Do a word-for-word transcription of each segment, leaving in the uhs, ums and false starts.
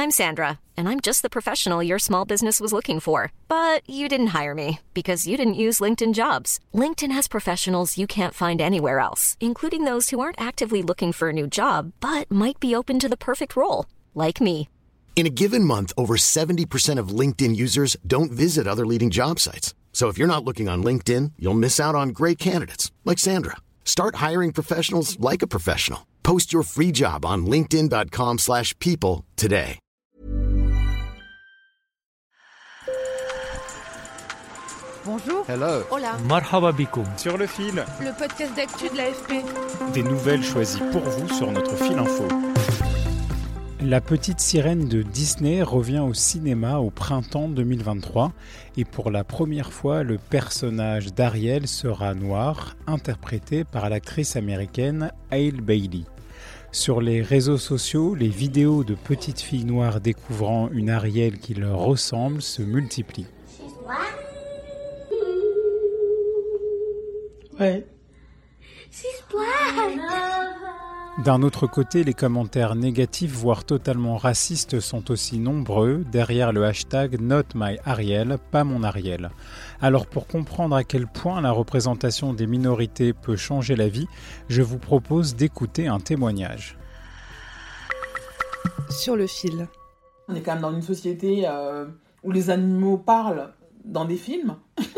I'm Sandra, and I'm just the professional your small business was looking for. But you didn't hire me because you didn't use LinkedIn Jobs. LinkedIn has professionals you can't find anywhere else, including those who aren't actively looking for a new job, but might be open to the perfect role, like me. In a given month, over seventy percent of LinkedIn users don't visit other leading job sites. So if you're not looking on LinkedIn, you'll miss out on great candidates like Sandra. Start hiring professionals like a professional. Post your free job on linkedin.com slash people today. Bonjour. Hello. Hola. Marhaba bikoum. Sur le fil. Le podcast d'actu de l'A F P. Des nouvelles choisies pour vous sur notre fil info. La petite sirène de Disney revient au cinéma au printemps deux mille vingt-trois et pour la première fois, le personnage d'Ariel sera noir, interprété par l'actrice américaine Halle Bailey. Sur les réseaux sociaux, les vidéos de petites filles noires découvrant une Ariel qui leur ressemble se multiplient. Ouais. D'un autre côté, les commentaires négatifs, voire totalement racistes, sont aussi nombreux derrière le hashtag NotMyAriel, pas mon Ariel. Alors pour comprendre à quel point la représentation des minorités peut changer la vie, je vous propose d'écouter un témoignage. Sur le fil. On est quand même dans une société euh, où les animaux parlent dans des films.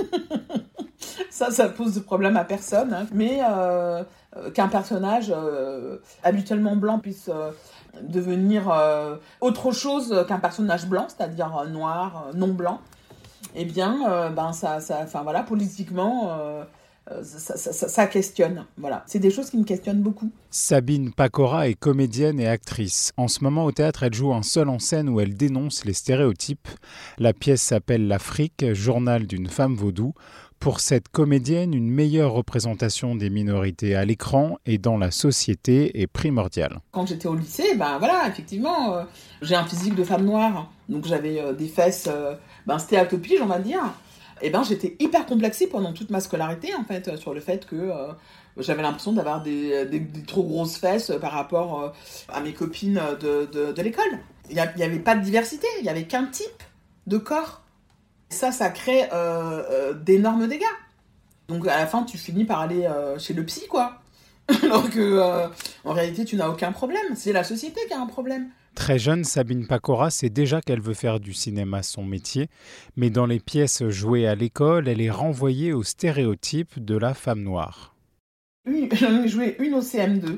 Ça, ça pose de problème à personne. Hein. Mais euh, qu'un personnage euh, habituellement blanc puisse euh, devenir euh, autre chose qu'un personnage blanc, c'est-à-dire euh, noir, euh, non blanc, eh bien, euh, ben, ça, ça, enfin, voilà, politiquement, euh, ça, ça, ça, ça questionne. Voilà. C'est des choses qui me questionnent beaucoup. Sabine Pacora est comédienne et actrice. En ce moment, au théâtre, elle joue un seul en scène où elle dénonce les stéréotypes. La pièce s'appelle L'Afrique, journal d'une femme vaudou. Pour cette comédienne, une meilleure représentation des minorités à l'écran et dans la société est primordiale. Quand j'étais au lycée, ben voilà, effectivement, euh, j'ai un physique de femme noire, donc j'avais euh, des fesses, euh, ben stéatopige, on va dire. Et ben j'étais hyper complexée pendant toute ma scolarité, en fait, sur le fait que euh, j'avais l'impression d'avoir des, des, des trop grosses fesses par rapport euh, à mes copines de, de, de l'école. Il n'y avait pas de diversité, il n'y avait qu'un type de corps. Ça, ça crée euh, euh, d'énormes dégâts. Donc à la fin, tu finis par aller euh, chez le psy, quoi. Alors que, euh, en réalité, tu n'as aucun problème. C'est la société qui a un problème. Très jeune, Sabine Pacora sait déjà qu'elle veut faire du cinéma son métier, mais dans les pièces jouées à l'école, elle est renvoyée aux stéréotypes de la femme noire. Oui, j'en ai joué une au C M deux,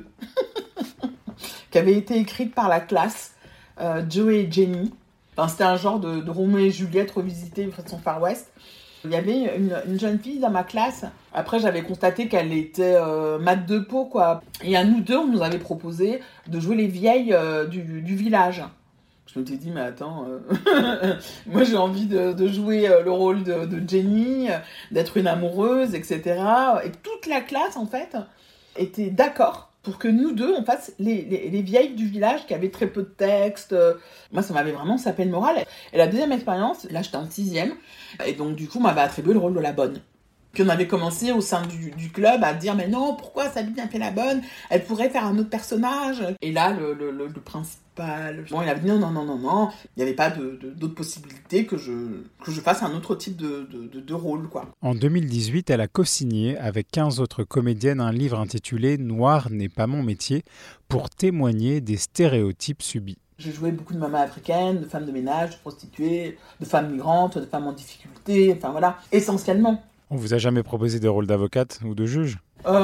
qui avait été écrite par la classe, euh, Joey et Jenny. Enfin, c'était un genre de, de Roméo et Juliette revisité façon Far West. Il y avait une, une jeune fille dans ma classe. Après, j'avais constaté qu'elle était euh, mate de peau, quoi. Et à nous deux, on nous avait proposé de jouer les vieilles euh, du, du village. Je me suis dit, mais attends, euh... moi j'ai envie de, de jouer euh, le rôle de, de Jenny, euh, d'être une amoureuse, et cetera. Et toute la classe, en fait, était d'accord pour que nous deux, on fasse les, les, les vieilles du village qui avaient très peu de texte. Moi, ça m'avait vraiment sapé le moral. Et la deuxième expérience, là, j'étais en sixième, et donc, du coup, on m'avait attribué le rôle de la bonne. Puis on avait commencé au sein du, du club à dire « Mais non, pourquoi Sabine a fait la bonne ? Elle pourrait faire un autre personnage. » Et là, le, le, le, le principal, bon, il a dit « Non, non, non, non, non. » Il n'y avait pas de, de, d'autres possibilités que je, que je fasse un autre type de, de, de, de rôle, quoi. En deux mille dix-huit, elle a co-signé avec quinze autres comédiennes un livre intitulé « Noir n'est pas mon métier » pour témoigner des stéréotypes subis. J'ai joué beaucoup de mamans africaines, de femmes de ménage, de prostituées, de femmes migrantes, de femmes en difficulté, enfin voilà, essentiellement. On vous a jamais proposé des rôles d'avocate ou de juge ?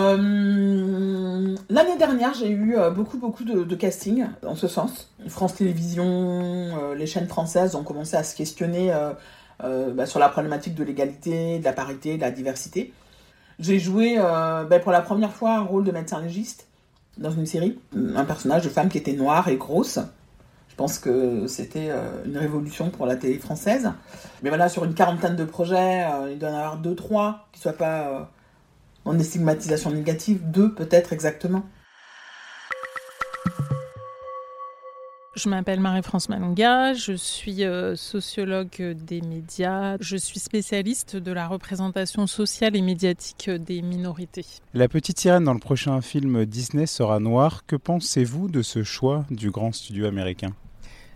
euh, L'année dernière, j'ai eu beaucoup, beaucoup de, de castings en ce sens. France Télévisions, euh, les chaînes françaises ont commencé à se questionner euh, euh, bah, sur la problématique de l'égalité, de la parité, de la diversité. J'ai joué euh, bah, pour la première fois un rôle de médecin légiste dans une série. Un personnage de femme qui était noire et grosse. Je pense que c'était euh, une révolution pour la télé française. Mais voilà, sur une quarantaine de projets, euh, il doit y en avoir deux, trois qui ne soient pas euh, en des stigmatisations négatives. Deux, peut-être, exactement. Je m'appelle Marie-France Malonga, je suis euh, sociologue des médias. Je suis spécialiste de la représentation sociale et médiatique des minorités. La petite sirène dans le prochain film Disney sera noire. Que pensez-vous de ce choix du grand studio américain ?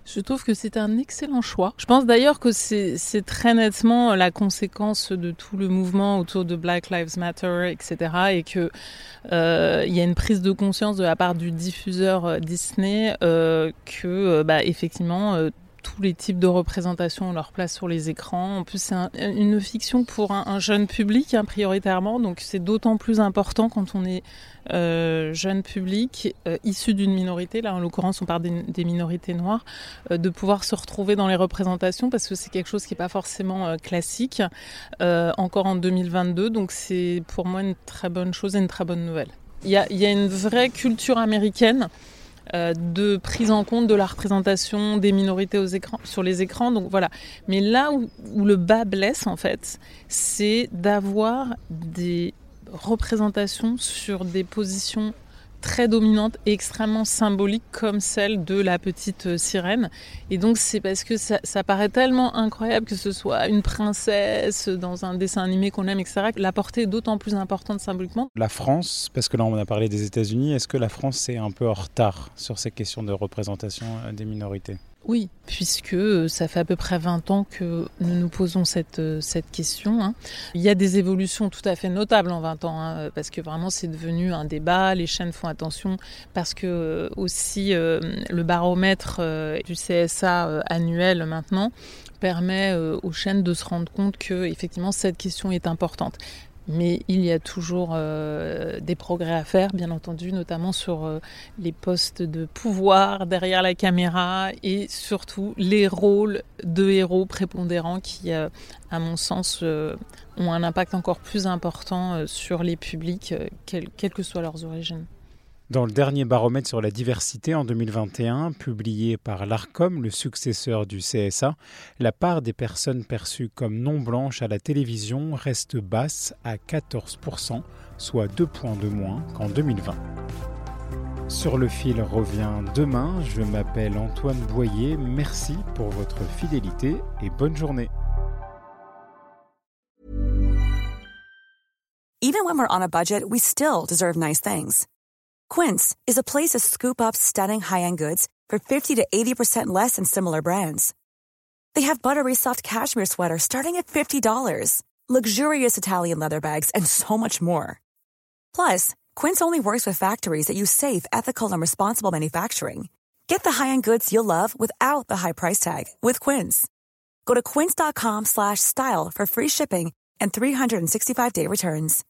Je trouve que c'est un excellent choix. Je pense d'ailleurs que c'est, c'est très nettement la conséquence de tout le mouvement autour de Black Lives Matter, et cetera. Et que euh, il y a une prise de conscience de la part du diffuseur Disney euh, que, euh, bah, effectivement, euh, tous les types de représentations ont leur place sur les écrans. En plus, c'est un, une fiction pour un, un jeune public, hein, prioritairement. Donc, c'est d'autant plus important quand on est euh, jeune public, euh, issu d'une minorité. Là, en l'occurrence, on parle des, des minorités noires, euh, de pouvoir se retrouver dans les représentations parce que c'est quelque chose qui n'est pas forcément euh, classique, euh, encore en deux mille vingt-deux. Donc, c'est pour moi une très bonne chose et une très bonne nouvelle. Il y a, il y a une vraie culture américaine Euh, de prise en compte de la représentation des minorités aux écrans, sur les écrans. Donc voilà. Mais là où, où le bas blesse, en fait, c'est d'avoir des représentations sur des positions très dominante et extrêmement symbolique comme celle de la petite sirène. Et donc c'est parce que ça, ça paraît tellement incroyable que ce soit une princesse dans un dessin animé qu'on aime, et cetera, que la portée est d'autant plus importante symboliquement. La France, parce que là on a parlé des États-Unis, est-ce que la France est un peu en retard sur ces questions de représentation des minorités ? Oui, puisque ça fait à peu près vingt ans que nous nous posons cette, cette question. Hein. Il y a des évolutions tout à fait notables en vingt ans, hein, parce que vraiment c'est devenu un débat, les chaînes font attention, parce que aussi euh, le baromètre euh, du C S A euh, annuel maintenant permet euh, aux chaînes de se rendre compte que effectivement cette question est importante. Mais il y a toujours euh, des progrès à faire, bien entendu, notamment sur euh, les postes de pouvoir derrière la caméra et surtout les rôles de héros prépondérants qui, euh, à mon sens, euh, ont un impact encore plus important euh, sur les publics, euh, quelles quelle que soient leurs origines. Dans le dernier baromètre sur la diversité en deux mille vingt et un, publié par l'Arcom, le successeur du C S A, la part des personnes perçues comme non blanches à la télévision reste basse à quatorze pour cent, soit deux points de moins qu'en deux mille vingt. Sur le fil revient demain. Je m'appelle Antoine Boyer. Merci pour votre fidélité et bonne journée. Even when we're on a budget, we still deserve nice things. Quince is a place to scoop up stunning high-end goods for fifty to eighty percent less than similar brands. They have buttery soft cashmere sweaters starting at fifty dollars, luxurious Italian leather bags, and so much more. Plus, Quince only works with factories that use safe, ethical, and responsible manufacturing. Get the high-end goods you'll love without the high price tag with Quince. Go to quince dot com slash style for free shipping and three sixty-five day returns.